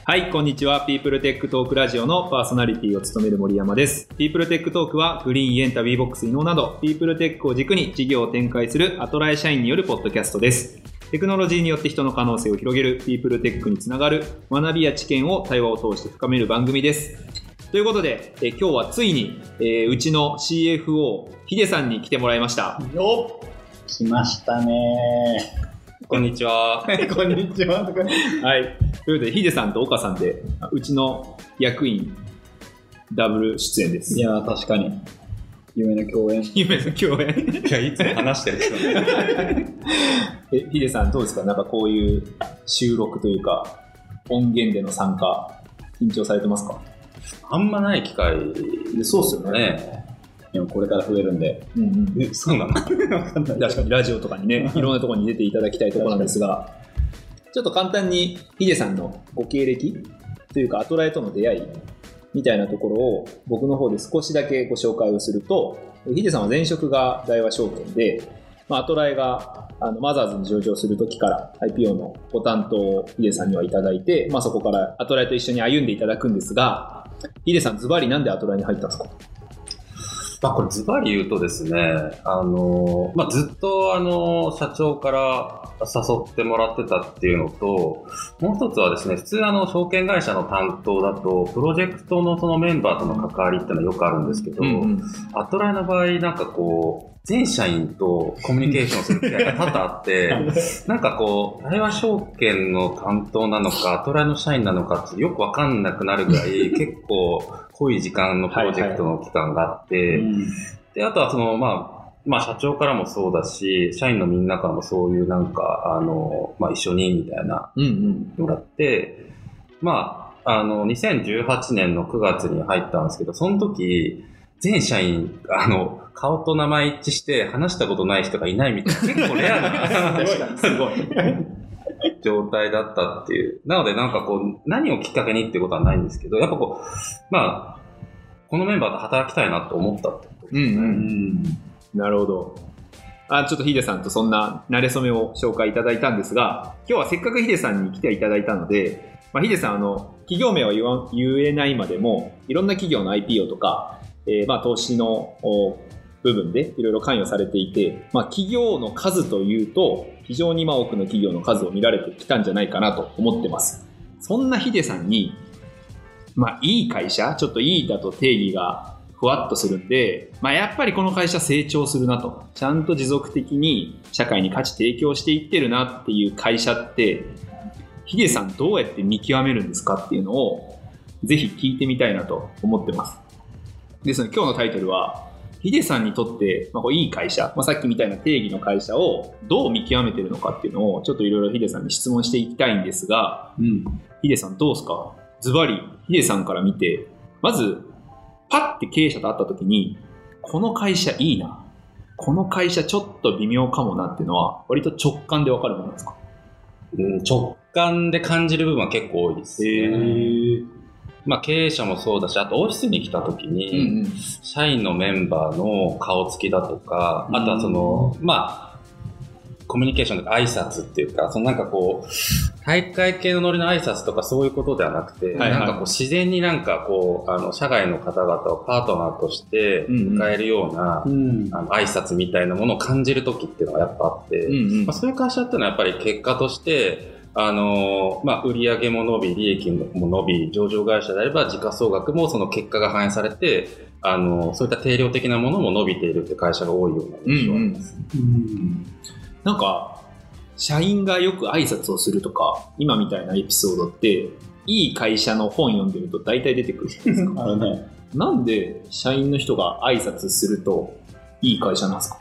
はい、こんにちは。ピープルテックトークラジオのパーソナリティを務める森山です。ピープルテックトークはグリーン、エンタ、ビーボックス、イノなど、ピープルテックを軸に事業を展開するアトライ社員によるポッドキャストです。テクノロジーによって人の可能性を広げるピープルテックにつながる学びや知見を対話を通して深める番組です。ということで、今日はついに、うちの CFO、ヒデさんに来てもらいました。 よっ来ましたね。 こんにちは。 こんにちは。 はい。ということで、ヒデさんと岡さんで、うちの役員、ダブル出演です。 いや、確かに。夢の共演。 夢の共演。 いや、いつも話してる人ね。 ヒデさんどうですか？なんかこういう収録というか、音源での参加、緊張されてますか？ あんまない機会そうっすよね。 でもこれから増えるんで。 そうなの？ 確かにラジオとかにね、いろんなところに出ていただきたいところなんですが、ちょっと簡単にヒデさんのご経歴というか、アトライとの出会いみたいなところを僕の方で少しだけご紹介をすると、ヒデさんは前職が大和証券で、アトライがマザーズに上場するときから IPO のご担当をヒデさんにはいただいて、そこからアトライと一緒に歩んでいただくんですが、ヒデさんズバリなんでアトライに入ったんですか？ これズバリ言うとですね、ずっと社長から誘ってもらってたっていうのと、もう一つはですね、普通証券会社の担当だと、プロジェクトのそのメンバーとの関わりっていうのはよくあるんですけど、アトライの場合なんかこう、全社員とコミュニケーションする機会が多々あって、なんかこう、大和証券の担当なのか、アトライの社員なのかってよくわかんなくなるぐらい、結構濃い時間のプロジェクトの期間があって、で、あとはその、社長からもそうだし、社員のみんなからもそういうなんか、一緒にみたいな、もらって、2018年の9月に入ったんですけど、その時、全社員、顔と名前一致して話したことない人がいないみたいな、結構レアな確かにすごい状態だったっていう。なのでなんかこう、何をきっかけにっていうことはないんですけど、やっぱこう、このメンバーと働きたいなと思ったってことですね。 なるほど。ちょっとヒデさんとそんな慣れ初めを紹介いただいたんですが、今日はせっかくヒデさんに来ていただいたので、ヒデさん企業名は言えないまでも、いろんな企業の IPO とか、投資の部分でいろいろ関与されていて、企業の数というと非常に多くの企業の数を見られてきたんじゃないかなと思ってます。そんなヒデさんに、いい会社、ちょっといいだと定義がふわっとするんで、やっぱりこの会社成長するなと、ちゃんと持続的に社会に価値提供していってるなっていう会社って、ヒデさんどうやって見極めるんですかっていうのをぜひ聞いてみたいなと思ってます。ですので今日のタイトルは、ヒデさんにとって、いい会社、さっきみたいな定義の会社をどう見極めてるのかっていうのをちょっといろいろヒデさんに質問していきたいんですが、ヒデさんどうですか？ズバリヒデさんから見て、まずパッて経営者と会った時に、この会社いいな、この会社ちょっと微妙かもなっていうのは割と直感でわかるものなんですか？ 直感で感じる部分は結構多いですね。経営者もそうだし、あとオフィスに来た時に、社員のメンバーの顔つきだとか、あとはその、コミュニケーションとか挨拶っていうか、そのなんかこう、大会系のノリの挨拶とかそういうことではなくて、なんかこう自然になんかこう、社外の方々をパートナーとして迎えるような、挨拶みたいなものを感じる時っていうのがやっぱあって、そういう会社っていうのはやっぱり結果として、売上も伸び、利益も伸び、上場会社であれば時価総額もその結果が反映されて、そういった定量的なものも伸びているって会社が多いような印象があります。 なんか、社員がよく挨拶をするとか、今みたいなエピソードって、いい会社の本読んでると大体出てくるじゃないですか。なんで社員の人が挨拶するといい会社なんですか？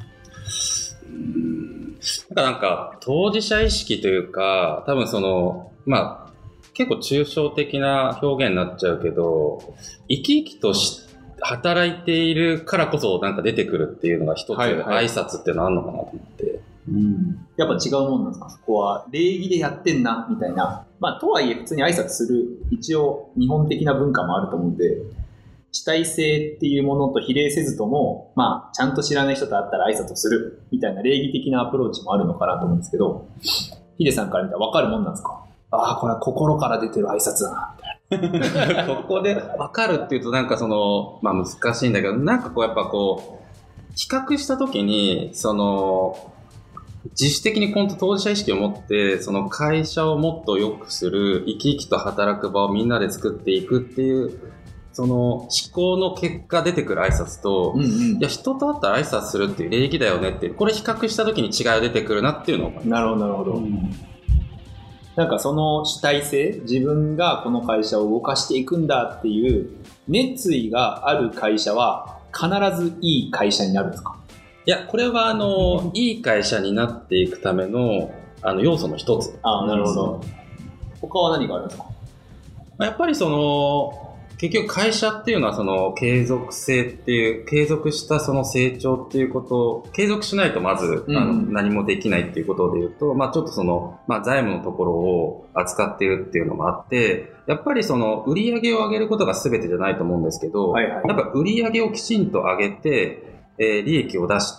なんか当事者意識というか、多分その結構抽象的な表現になっちゃうけど、生き生きと働いているからこそなんか出てくるっていうのが一つ、挨拶っていうのあるのかなと思って。 やっぱ違うもんなんですか？そこは礼儀でやってんなみたいな。とはいえ普通に挨拶する一応日本的な文化もあると思うんで、主体性っていうものと比例せずとも、ちゃんと知らない人と会ったら挨拶をするみたいな礼儀的なアプローチもあるのかなと思うんですけど、ヒデさんから見たら分かるもんなんですか？ ああ、これは心から出てる挨拶だな。 ここで分かるっていうとなんかまあ難しいんだけど、なんかこうやっぱこう、比較したときに、自主的に当事者意識を持って、その会社をもっと良くする、生き生きと働く場をみんなで作っていくっていう、その思考の結果出てくる挨拶と、いや、人と会ったら挨拶するっていう礼儀だよねっていう、これ比較したときに違いが出てくるなっていうのを。 なるほど、なるほど。なんかその主体性、自分がこの会社を動かしていくんだっていう熱意がある会社は必ずいい会社になるんですか？ いや、これはいい会社になっていくための要素の一つ。 ああ、なるほど。他は何があるんですか？ やっぱり結局会社っていうのは継続性っていう、継続した成長っていうことを、継続しないとまず、何もできないっていうことで言うと、まあちょっと財務のところを扱っているっていうのもあって、やっぱり売り上げを上げることが全てじゃないと思うんですけど、やっぱ売り上げをきちんと上げて、利益を出して、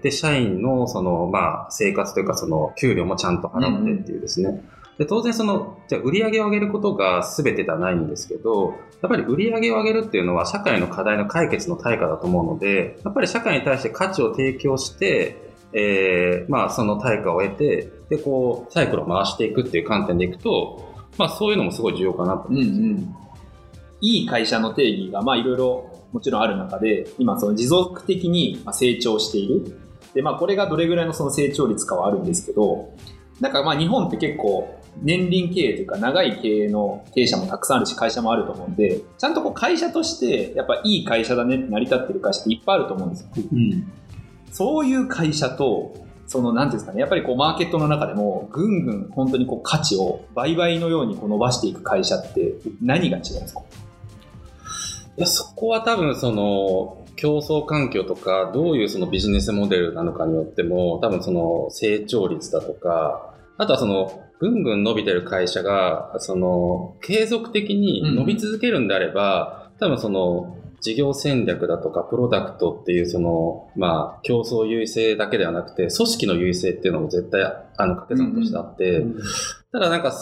で、社員のまあ生活というか給料もちゃんと払ってっていうですね。で当然じゃあ売り上げを上げることが全てではないんですけど、やっぱり売り上げを上げるっていうのは社会の課題の解決の対価だと思うので、やっぱり社会に対して価値を提供して、まあその対価を得て、でこうサイクルを回していくっていう観点でいくと、まあそういうのもすごい重要かなと思います。 いい会社の定義がまあいろいろもちろんある中で、今持続的に成長している。でまあこれがどれぐらいの成長率かはあるんですけど、なんかまあ日本って結構年輪経営というか長い経営の経営者もたくさんあるし会社もあると思うんで、ちゃんとこう会社としてやっぱいい会社だねって成り立ってる会社っていっぱいあると思うんですよ。そういう会社となんていうんですかね、やっぱりこうマーケットの中でもぐんぐん本当にこう価値を倍々のようにこう伸ばしていく会社って何が違うんですか？ いや、そこは多分競争環境とかどういうビジネスモデルなのかによっても多分成長率だとか、あとはぐんぐん伸びてる会社が継続的に伸び続けるんであれば、多分事業戦略だとかプロダクトっていうまあ競争優位性だけではなくて組織の優位性っていうのも絶対掛け算としてあって、ただなんか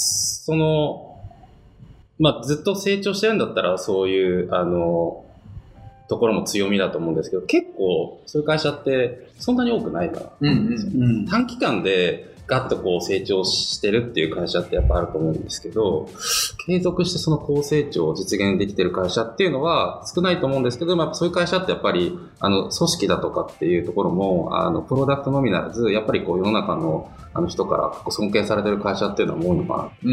まあずっと成長してるんだったらそういうところも強みだと思うんですけど、結構そういう会社ってそんなに多くないから、短期間でガッとこう成長してるっていう会社ってやっぱあると思うんですけど、継続して高成長を実現できてる会社っていうのは少ないと思うんですけど、まあ、そういう会社ってやっぱり組織だとかっていうところもプロダクトのみならずやっぱりこう世の中の人から尊敬されてる会社っていうのは多いのかな。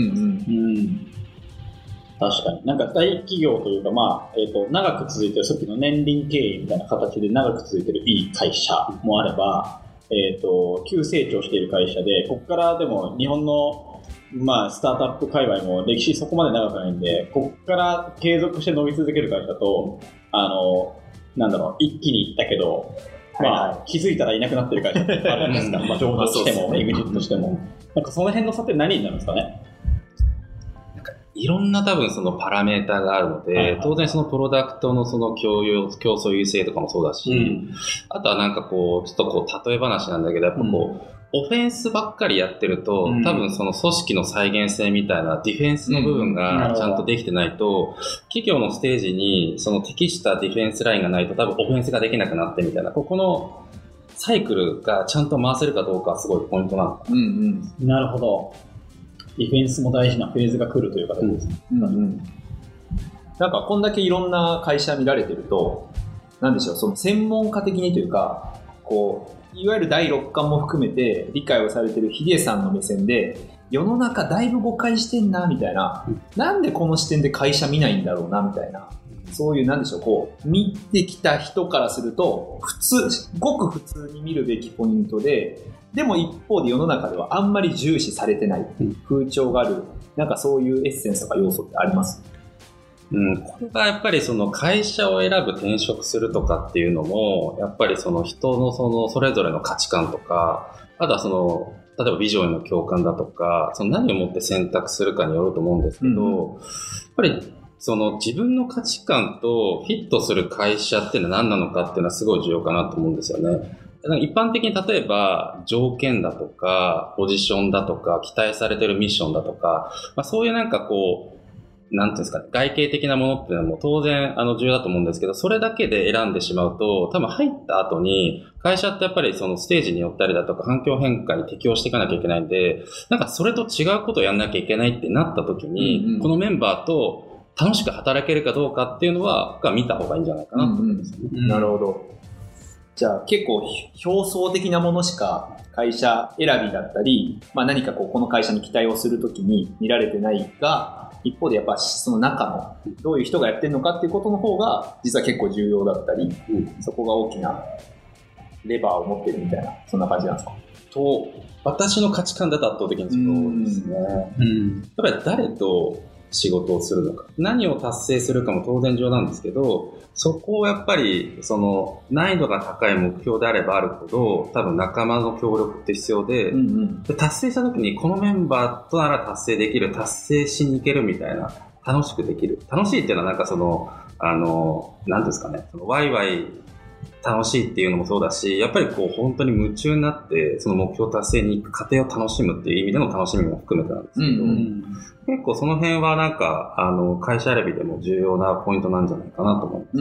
確かに。なんか大企業というか、まあ、長く続いてる、さっきの年輪経営みたいな形で長く続いてるいい会社もあれば、急成長している会社で、ここからでも日本の、まあ、スタートアップ界隈も歴史そこまで長くないんで、ここから継続して伸び続ける会社と、なんだろう、一気にいったけど、まあ、気づいたらいなくなってる会社ってあるんですか。まあ、上場しても、エグジットしても。なんかその辺の差って何になるんですかね。 いろんな多分パラメーターがあるので、当然プロダクトの競争優位性とかもそうだし、あとはなんかこう、ちょっとこう例え話なんだけど、やっぱこう、オフェンスばっかりやってると、多分組織の再現性みたいなディフェンスの部分がちゃんとできてないと、企業のステージに適したディフェンスラインがないと多分オフェンスができなくなってみたいな、ここのサイクルがちゃんと回せるかどうかはすごいポイントなのかな。 なるほど。ディフェンスも大事なフェーズが来るという形ですね。 なんかこんだけいろんな会社見られてると、なんでしょう、専門家的にというか、こういわゆる第6巻も含めて理解をされてるヒデさんの目線で、世の中だいぶ誤解してんなみたいな、なんでこの視点で会社見ないんだろうなみたいな、そういうなんでしょう、こう見てきた人からするとごく普通に見るべきポイントで。でも一方で世の中ではあんまり重視されてない風潮がある、なんかそういうエッセンスとか要素ってあります？ これがやっぱり会社を選ぶ転職するとかっていうのも、やっぱり人のそれぞれの価値観とか、あとは例えばビジョンへの共感だとか、何をもって選択するかによると思うんですけど、やっぱり自分の価値観とフィットする会社っていうのは何なのかっていうのはすごい重要かなと思うんですよね。 一般的に例えば条件だとか、ポジションだとか、期待されてるミッションだとか、そういうなんかこう、なんていうんですかね、外形的なものっていうのも当然重要だと思うんですけど、それだけで選んでしまうと、多分入った後に、会社ってやっぱりそのステージによったりだとか、環境変化に適応していかなきゃいけないんで、なんかそれと違うことをやんなきゃいけないってなった時に、このメンバーと楽しく働けるかどうかっていうのは、見た方がいいんじゃないかなと思いますね。 なるほど。じゃあ結構表層的なものしか会社選びだったり、何かこの会社に期待をするときに見られてないが、一方でやっぱその中のどういう人がやってるのかっていうことの方が実は結構重要だったり、そこが大きなレバーを持ってるみたいな、そんな感じなんですか？ と、私の価値観だと圧倒的にそうですね。やっぱり誰と仕事をするのか、何を達成するかも当然重要なんですけど、そこをやっぱりその難易度が高い目標であればあるほど多分仲間の協力って必要で、で達成した時にこのメンバーとなら達成できる、達成しに行けるみたいな、楽しくできる、楽しいっていうのはなんかそのなんですかね、そのワイワイ楽しいっていうのもそうだし、やっぱりこう本当に夢中になってその目標達成に行く過程を楽しむっていう意味での楽しみも含めてなんですけど、結構その辺はなんか会社選びでも重要なポイントなんじゃないかなと思います。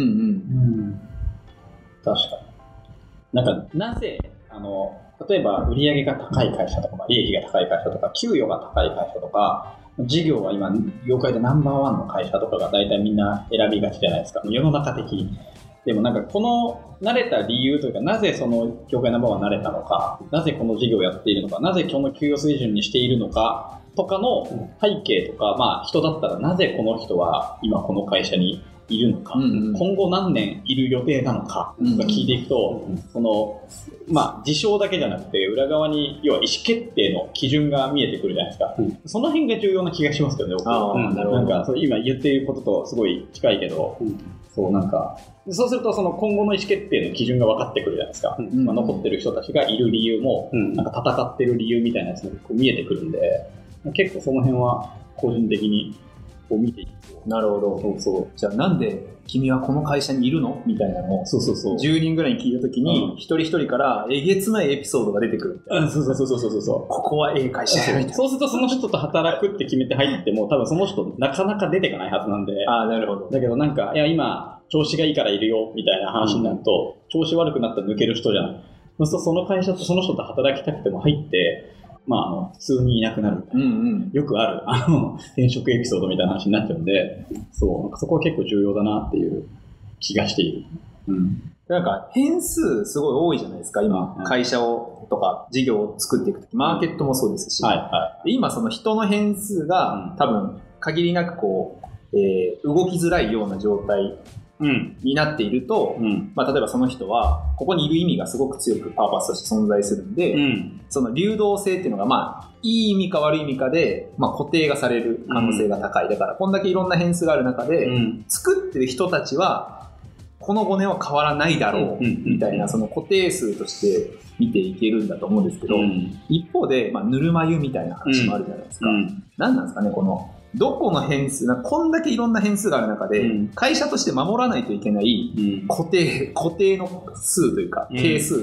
確かに。なんかなぜ例えば売上が高い会社とか、利益が高い会社とか、給与が高い会社とか、事業は今業界でナンバーワンの会社とかが大体みんな選びがちじゃないですか、世の中的に。でもなんかこの慣れた理由というか、なぜその業界ナンバーワンになれたのか、なぜこの事業をやっているのか、なぜこの給与水準にしているのかとかの背景とか、人だったらなぜこの人は今この会社にいるのか、今後何年いる予定なのかとか聞いていくと、その事象だけじゃなくて裏側に要は意思決定の基準が見えてくるじゃないですか。その辺が重要な気がしますけどね、僕は。なんかそう今言っていることとすごい近いけど、そうなんかそうするとその今後の意思決定の基準が分かってくるじゃないですか。残ってる人たちがいる理由も、なんか戦ってる理由みたいなやつも見えてくるんで、結構その辺は個人的にこう見ていく。 なるほど。じゃあなんで君はこの会社にいるのみたいなのを10人ぐらいに聞いたときに、一人一人からえげつないエピソードが出てくるみたいな。ここは会社みたいな。 そうするとその人と働くって決めて入っても多分その人なかなか出ていかないはずなんで。 なるほど。 だけどなんかいや今調子がいいからいるよみたいな話になると、調子悪くなったら抜ける人じゃない。そうするとその会社とその人と働きたくても入って普通にいなくなるみたいな、よくある転職エピソードみたいな話になっちゃうんで、なんかそこは結構重要だなっていう気がしている。 なんか変数すごい多いじゃないですか今、会社をとか事業を作っていくとき、マーケットもそうですし、で今その人の変数が多分限りなくこう、動きづらいような状態になっていると、例えばその人はここにいる意味がすごく強くパーパスとして存在するんで、その流動性っていうのがいい意味か悪い意味かで、固定がされる可能性が高い。だからこんだけいろんな変数がある中で、作ってる人たちはこの5年は変わらないだろうみたいな、その固定数として見ていけるんだと思うんですけど、一方でぬるま湯みたいな話もあるじゃないですか。何なんですかね、このどこの変数、こんだけいろんな変数がある中で、会社として守らないといけない固定の数というか、係数って、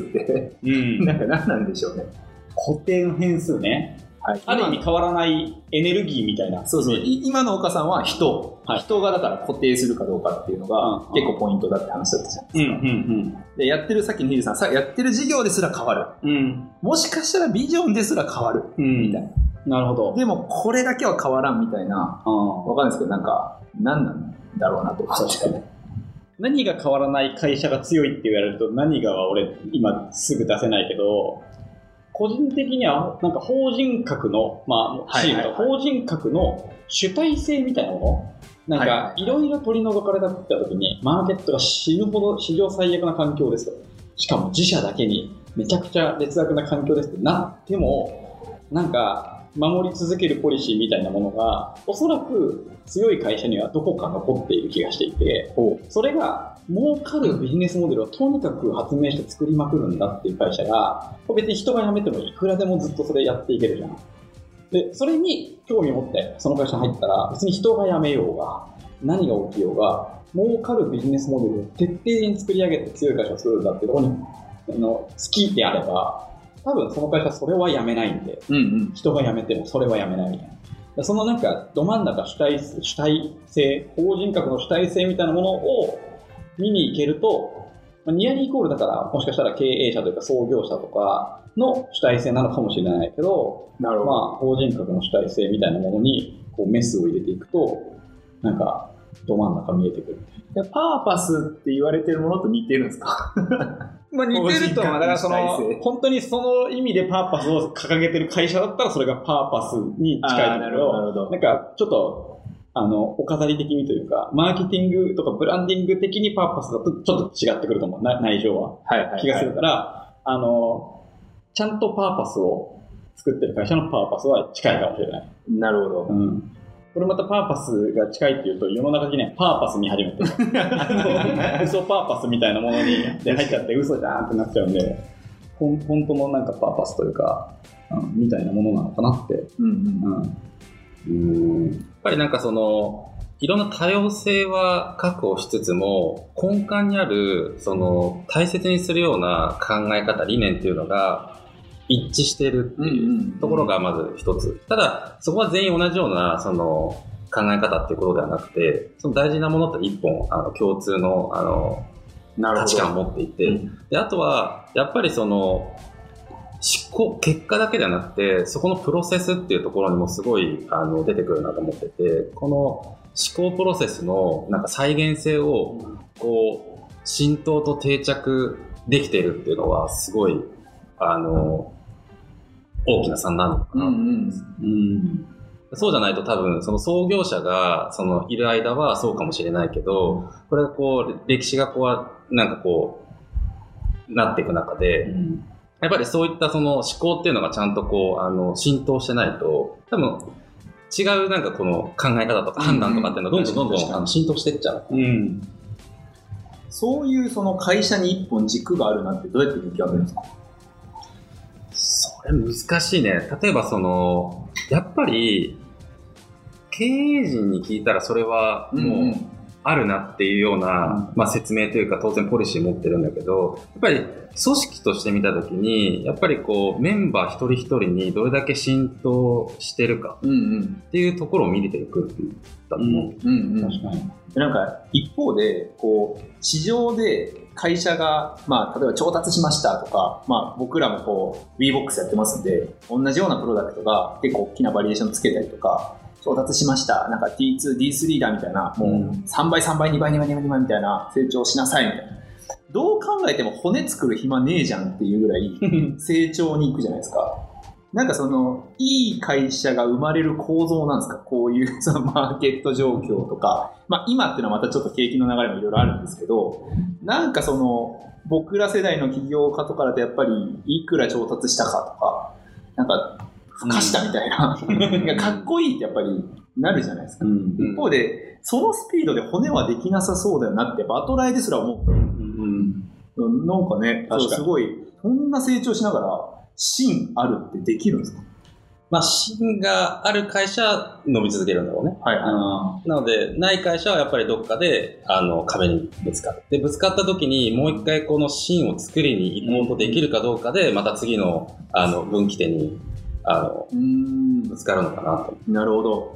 なんか何なんでしょうね。 固定の変数ね。ある意味変わらないエネルギーみたいな。 今の岡さんは人がだから固定するかどうかっていうのが結構ポイントだって話だったじゃないですか。で、やってる、さっきのヒデさん、やってる事業ですら変わる。もしかしたらビジョンですら変わる。みたいな。 なるほど。 でもこれだけは変わらんみたいな、わかんないですけど、なんか何なんだろうなと思って。 何が変わらない会社が強いって言われると何がは俺今すぐ出せないけど、個人的にはなんか法人格のチームと法人格の主体性みたいなもの、なんかいろいろ取り除かれた時にマーケットが死ぬほど史上最悪な環境ですと、しかも自社だけにめちゃくちゃ劣悪な環境ですってなっても、なんか守り続けるポリシーみたいなものがおそらく強い会社にはどこか残っている気がしていて、それが儲かるビジネスモデルをとにかく発明して作りまくるんだっていう会社が、別に人が辞めてもいくらでもずっとそれやっていけるじゃん。でそれに興味を持ってその会社に入ったら、別に人が辞めようが何が起きようが儲かるビジネスモデルを徹底的に作り上げて強い会社を作るんだってところに好きであれば、多分その会社それはやめないんで、人が辞めてもそれはやめないみたいな。そのなんかど真ん中主体性、法人格の主体性みたいなものを見に行けると、ニアリーイコールだからもしかしたら経営者というか創業者とかの主体性なのかもしれないけど、まあ法人格の主体性みたいなものにこうメスを入れていくと、なんかど真ん中見えてくる。 パーパスって言われてるものと似てるんですか？ まあ似てるとは、だからその本当にその意味でパーパスを掲げてる会社だったらそれがパーパスに近いんだけど、なんかちょっとお飾り的にというか、マーケティングとかブランディング的にパーパスだとちょっと違ってくると思う。内情は。気がするから、ちゃんとパーパスを作ってる会社のパーパスは近いかもしれない。 なるほど。 これまたパーパスが近いっていうと、世の中的にはパーパス見始めて、嘘パーパスみたいなものに入っちゃって嘘じゃんってなっちゃうんで、本当のなんかパーパスというか、みたいなものなのかなって。 やっぱりなんかその、いろんな多様性は確保しつつも、根幹にある、その、大切にするような考え方、理念っていうのが、一致してるっていうところがまず一つ。ただ、そこは全員同じような、その、考え方っていうことではなくて、その大事なものって一本、共通の、価値観を持っていて、で、あとは、やっぱりその、結果だけではなくて、そこのプロセスっていうところにもすごい、出てくるなと思ってて、この思考プロセスの、なんか再現性を、こう、浸透と定着できているっていうのは、すごい、大きな差になるのかなと思います。そうじゃないと多分、その創業者が、いる間はそうかもしれないけど、これがこう、歴史がこう、なんかこう、なっていく中で、やっぱりそういったその思考っていうのがちゃんとこう、浸透してないと、多分、違うなんかこの考え方とか判断とかっていうのがどんどん浸透していっちゃう。 そういうその会社に一本軸があるなってどうやって見極めるんですか？ それ難しいね。例えばその、やっぱり、経営陣に聞いたらそれはもうあるなっていうような、まあ説明というか当然ポリシー持ってるんだけど、やっぱり組織として見たときに、やっぱりこうメンバー一人一人にどれだけ浸透してるかっていうところを見れていくんだと思う。 確かに。 なんか一方で、こう、市場で会社が、まあ、例えば調達しましたとか、まあ、僕らもこう、WeBox やってますんで、同じようなプロダクトが結構大きなバリエーションつけたりとか、調達しました。なんか T2、D3 だみたいな、もう3倍、3倍、2倍、2倍、2倍、2倍みたいな成長しなさいみたいな。どう考えても骨作る暇ねえじゃんっていうぐらい成長に行くじゃないですか。なんかその、いい会社が生まれる構造なんですか？こういうそのマーケット状況とか。まあ今っていうのはまたちょっと景気の流れもいろいろあるんですけど、なんかその、僕ら世代の起業家とかだとやっぱりいくら調達したかとか、なんか、ふかしたみたいな、かっこいいってやっぱりなるじゃないですか。一方で、そのスピードで骨はできなさそうだよなって、バトライですら思う。なんかね、すごい、こんな成長しながら、芯あるってできるんですか？ まあ、芯がある会社は伸び続けるんだろうね。なので、ない会社はやっぱりどっかで、壁にぶつかる。で、ぶつかった時にもう一回この芯を作りに行こうとできるかどうかで、また次の、分岐点に、ぶつかるのかなと。 なるほど。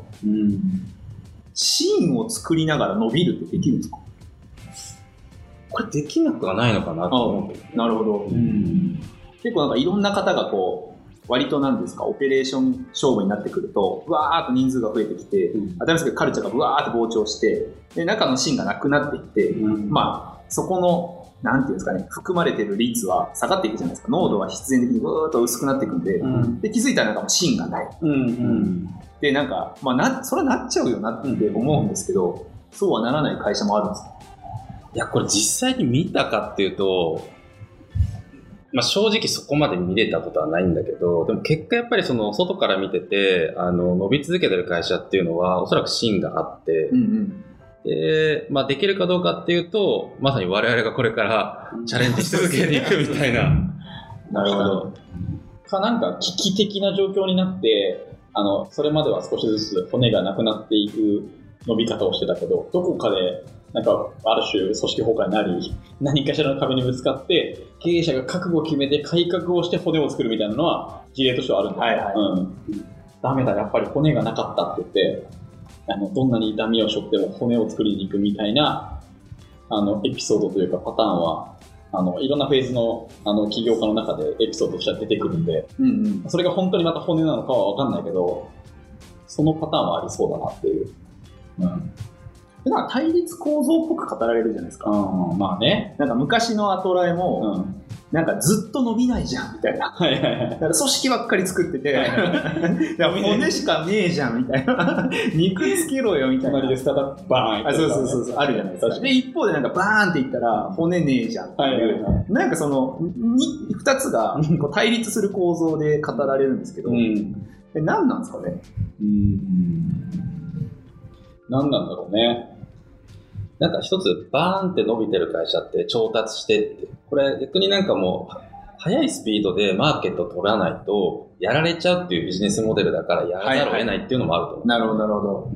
芯を作りながら伸びるってできるんですか？ これできなくはないのかなと思う。 なるほど。結構なんかいろんな方がこう、割となんですか、オペレーション勝負になってくると、うわーっと人数が増えてきて、新しくカルチャーがうわーっと膨張して、で、中の芯がなくなっていって、まあ、そこの、なんていうんですかね、含まれてる率は下がっていくじゃないですか。濃度は必然的にぐーっと薄くなっていくんで、で、気づいたらなんかもう芯がない。で、なんか、まあそれはなっちゃうよなって思うんですけど、そうはならない会社もあるんですか？ いや、これ実際に見たかっていうと、まあ、正直そこまで見れたことはないんだけど、でも結果やっぱりその外から見てて、伸び続けてる会社っていうのはおそらく芯があって、で、まあ、できるかどうかっていうと、まさに我々がこれからチャレンジし続けていくみたいな。 なるほど。なんか危機的な状況になって、それまでは少しずつ骨がなくなっていく伸び方をしてたけど、どこかでなんか、ある種組織崩壊になり、何かしらの壁にぶつかって、経営者が覚悟を決めて改革をして骨を作るみたいなのは、事例としてはあるんだけど、ダメだ、やっぱり骨がなかったって言って、どんなに痛みを背負っても骨を作りに行くみたいな、エピソードというかパターンは、いろんなフェーズの、起業家の中でエピソードとしては出てくるんで、それが本当にまた骨なのかはわかんないけど、そのパターンはありそうだなっていう。 なんか対立構造っぽく語られるじゃないですか。 まあね。 なんか昔のアトラエも、なんかずっと伸びないじゃんみたいな。だから組織ばっかり作ってて、いや骨しかねえじゃんみたいな。肉つけろよみたいな。 隣でスタートアップバーンそう、あるじゃないですか。で、一方でなんかバーンっていったら骨ねえじゃんっていう、なんかその、二つがこう対立する構造で語られるんですけど、何なんですかね。 何なんだろうね。 なんか一つバーンって伸びてる会社って調達してって、これ逆になんかもう速いスピードでマーケット取らないとやられちゃうっていうビジネスモデルだからやらざるを得ないっていうのもあると思う。 なるほど。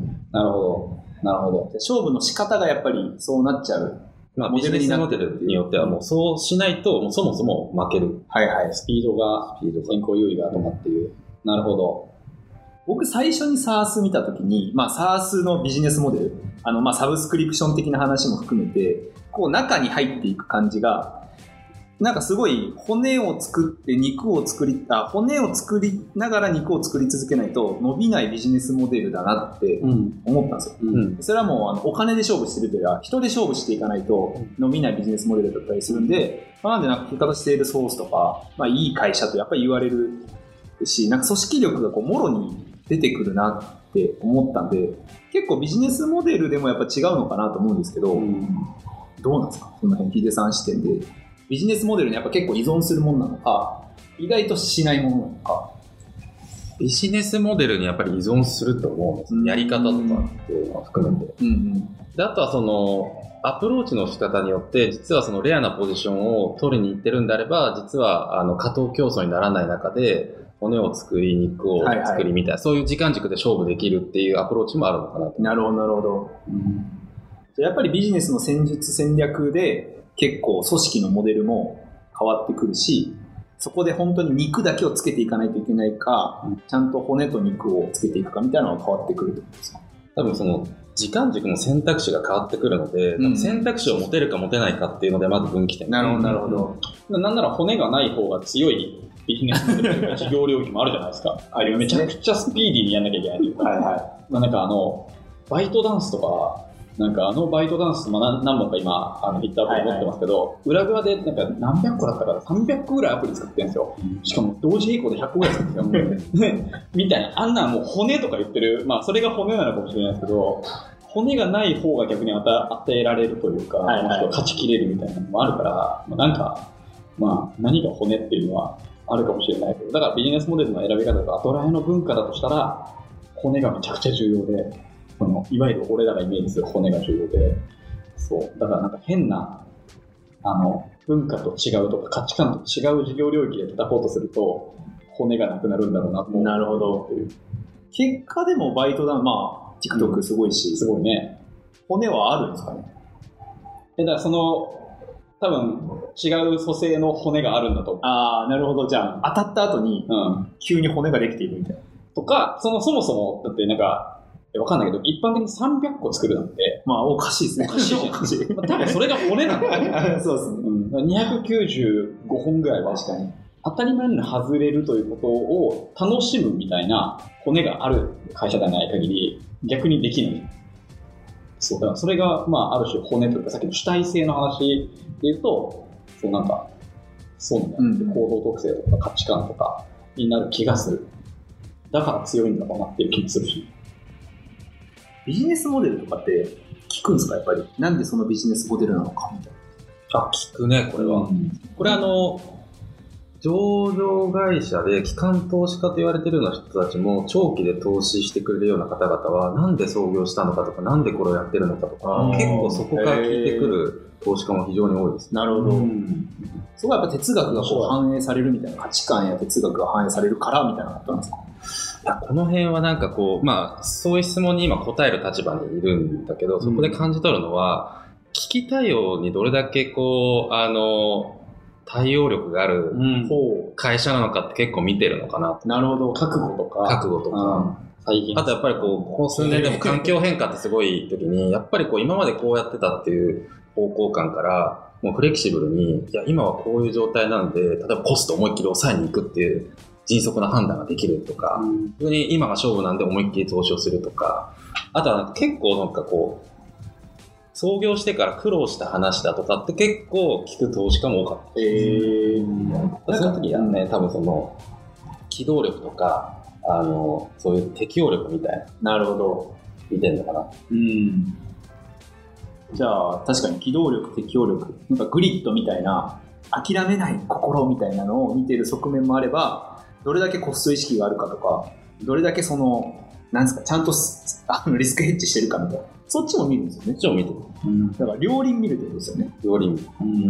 勝負の仕方がやっぱりそうなっちゃう。 まあビジネスモデルによってはもうそうしないともうそもそも負ける。 スピードが先行優位がとかっていう。なるほど。 僕最初に SaaS 見たときに、SaaS のビジネスモデル、サブスクリプション的な話も含めて、こう中に入っていく感じが、なんかすごい骨を作って骨を作りながら肉を作り続けないと伸びないビジネスモデルだなって思ったんですよ。それはもうお金で勝負してるというか、人で勝負していかないと伸びないビジネスモデルだったりするんで、なんでなんか結果としてセールスフォースとか、いい会社とやっぱり言われるし、なんか組織力がこうもろに出てくるなって思ったんで、結構ビジネスモデルでもやっぱ違うのかなと思うんですけど、どうなんですかその辺、ヒデさん視点で。ビジネスモデルにやっぱ結構依存するものなのか、意外としないものなのか。 ビジネスモデルにやっぱり依存すると思うんです。やり方とかっていうのを含めて。で、あとはその、アプローチの仕方によって、実はそのレアなポジションを取りに行ってるんであれば、実は過当競争にならない中で、骨を作り、肉を作りみたいな、そういう時間軸で勝負できるっていうアプローチもあるのかなと。 なるほど。じゃあやっぱりビジネスの戦術戦略で結構組織のモデルも変わってくるし、そこで本当に肉だけをつけていかないといけないか、ちゃんと骨と肉をつけていくかみたいなのが変わってくるってことですか？ 多分その時間軸の選択肢が変わってくるので、選択肢を持てるか持てないかっていうのでまず分岐点。 なるほど。 なんなら骨がない方が強いビジネスモデルというか事業領域もあるじゃないですか。めちゃくちゃスピーディーにやんなきゃいけないというか。なんかバイトダンスとか、なんかバイトダンス、何本か今、ヒットアプリ持ってますけど、裏側でなんか何百個だったから300個ぐらいアプリ作ってるんですよ。しかも同時並行で100個ぐらい作ってるんですよ。みたいな。あんなんもう骨とか言ってる。それが骨なのかもしれないですけど、骨がない方が逆に与えられるというか、勝ち切れるみたいなのもあるから、なんか、何が骨っていうのはあるかもしれないけど、だからビジネスモデルの選び方とか、アトラエの文化だとしたら、骨がめちゃくちゃ重要で、いわゆる俺らがイメージする骨が重要で、だからなんか変な、文化と違うとか価値観と違う事業領域で叩こうとすると、骨がなくなるんだろうなと思う。 なるほど。結果でもバイトだ、TikTok すごいし、 すごいね。 骨はあるんですかね？ だから多分違う組成の骨があるんだと思う。 なるほど。じゃあ当たった後に、急に骨ができているみたいな。 とか、そもそも、だってなんか、わかんないけど、一般的に300個作るなんて。 おかしいですね。 おかしい。多分それが骨なんだよ。 そうですね。295本ぐらいは。確かに。当たり前に外れるということを楽しむみたいな骨がある会社ではない限り、逆にできない。だからそれが、ある種骨というか、さっきの主体性の話で言うと、なんだ、行動特性とか価値観とかになる気がする。だから強いんだろうなっていう気がするし。 ビジネスモデルとかって聞くんですか、やっぱり。なんでそのビジネスモデルなのかみたいな。 聞くね、これは。これ上場会社で機関投資家と言われているような人たちも長期で投資してくれるような方々はなんで創業したのかとかなんでこれをやってるのかとか結構そこから聞いてくる投資家も非常に多いです。 なるほど。そこはやっぱ哲学が反映されるみたいな、価値観や哲学が反映されるからみたいなことなんですか？ いや、この辺はなんかそういう質問に今答える立場にいるんだけど、そこで感じ取るのは危機対応にどれだけこう、対応力がある会社なのかって結構見てるのかなと。 なるほど。覚悟とか。 あとやっぱりここ数年でも環境変化ってすごい時に、やっぱり今までこうやってたっていう方向感から、もうフレキシブルに、いや、今はこういう状態なので、例えばコストを思いっきり抑えに行くっていう迅速な判断ができるとか、逆に今が勝負なんで思いっきり投資をするとか、あとは結構創業してから苦労した話だとかって結構聞く投資家も多かった。その時はね、多分機動力とか、そういう適応力みたいな。 なるほど。 見てんのかな。 じゃあ、確かに機動力、適応力、なんかグリッドみたいな、諦めない心みたいなのを見ている側面もあれば、どれだけコスト意識があるかとか、どれだけなんですか、ちゃんとリスクヘッジしてるかみたいな。そっちも見るんですよね。 そっちも見てる。 だから両輪見るってことですよね。 両輪見る。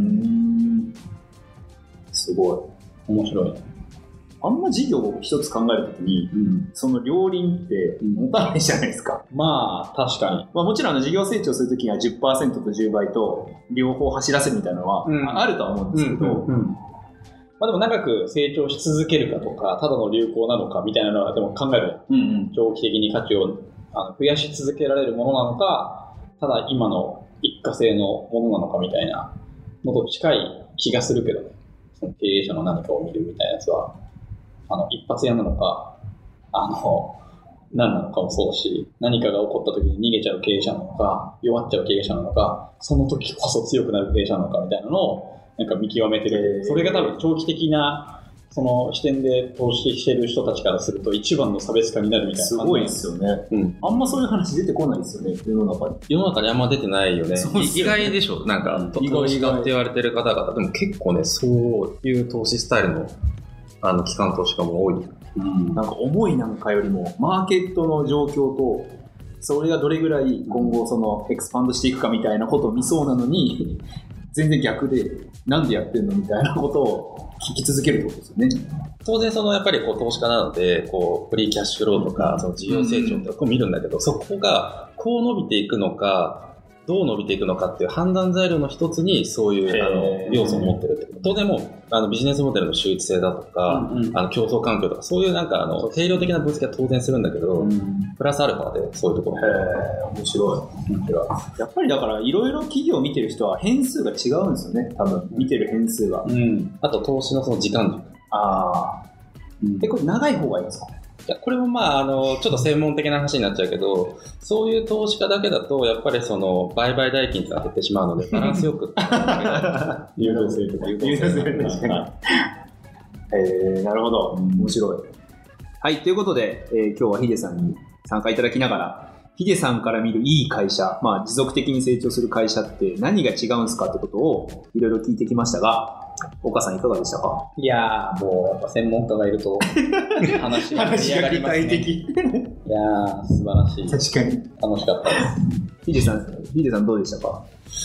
すごい。面白いね。あんま事業を一つ考えるときに、その両輪って持たないじゃないですか。 まあ、確かに。 まあもちろん事業成長するときには 10% と10倍と両方走らせるみたいなのはあるとは思うんですけど、まあでも長く成長し続けるかとか、ただの流行なのかみたいなのはでも考える。長期的に価値を増やし続けられるものなのか、ただ今の一過性のものなのかみたいなのと近い気がするけどね。その経営者の何かを見るみたいなやつは。一発屋なのか、何なのかもそうだし、何かが起こった時に逃げちゃう経営者なのか、弱っちゃう経営者なのか、その時こそ強くなる経営者なのかみたいなのをなんか見極めてる。それが多分長期的なその視点で投資してる人たちからすると一番の差別化になるみたいな。すごいですよね。あんまそういう話出てこないですよね、世の中に。 世の中にあんま出てないよね。意外でしょ。なんか、投資家って言われてる方々、でも結構ね、そういう投資スタイルの機関投資家も多い。 なんか思いなんかよりも、マーケットの状況と、それがどれぐらい今後エクスパンドしていくかみたいなことを見そうなのに、全然逆で、なんでやってんのみたいなことを聞き続けるってことですよね。 当然やっぱり投資家なので、フリーキャッシュフローとか、事業成長って見るんだけど、そこがこう伸びていくのか、どう伸びていくのかっていう判断材料の一つにそういう要素を持ってるってこと。当然もビジネスモデルの周知性だとか、競争環境とか、そういう定量的な分析は当然するんだけど、プラスアルファでそういうところ。 面白い。やっぱりだからいろいろ企業を見てる人は変数が違うんですよね。多分見てる変数が。 あと投資の時間軸。 これ長い方がいいんですか？ いや、これもちょっと専門的な話になっちゃうけど、そういう投資家だけだと、やっぱり売買代金って減ってしまうので、バランスよく。 優等生とか。なるほど。面白い。 はい、ということで、今日はヒデさんに参加いただきながら、ヒデさんから見るいい会社、持続的に成長する会社って何が違うんですかってことをいろいろ聞いてきましたが、岡さんいかがでしたか？ いやー、もうやっぱ専門家がいると話が盛り上がりますね。いやー、素晴らしい。 確かに。 楽しかったです。 ヒデさんどうでしたか？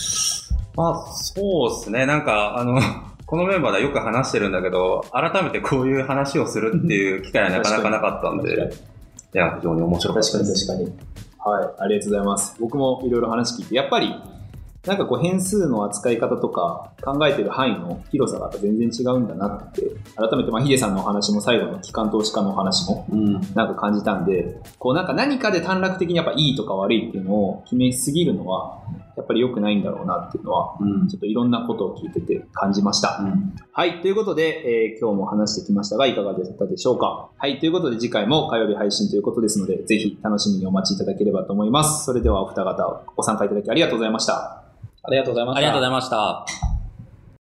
そうですね。なんか、このメンバーではよく話してるんだけど、改めてこういう話をするっていう機会はなかなかなかったんで、いや、非常に面白かったです。 確かに。はい、ありがとうございます。僕もいろいろ話聞いて、やっぱり、なんか変数の扱い方とか考えてる範囲の広さが全然違うんだなって、改めてヒデさんのお話も最後の機関投資家のお話もなんか感じたんで、なんか何かで短絡的にやっぱいいとか悪いっていうのを決めすぎるのはやっぱり良くないんだろうなっていうのは、ちょっといろんなことを聞いてて感じました。はい、ということで、今日も話してきましたがいかがだったでしょうか。はい、ということで次回も火曜日配信ということですので、ぜひ楽しみにお待ちいただければと思います。それではお二方ご参加いただきありがとうございました。 ありがとうございました。 ありがとうございました。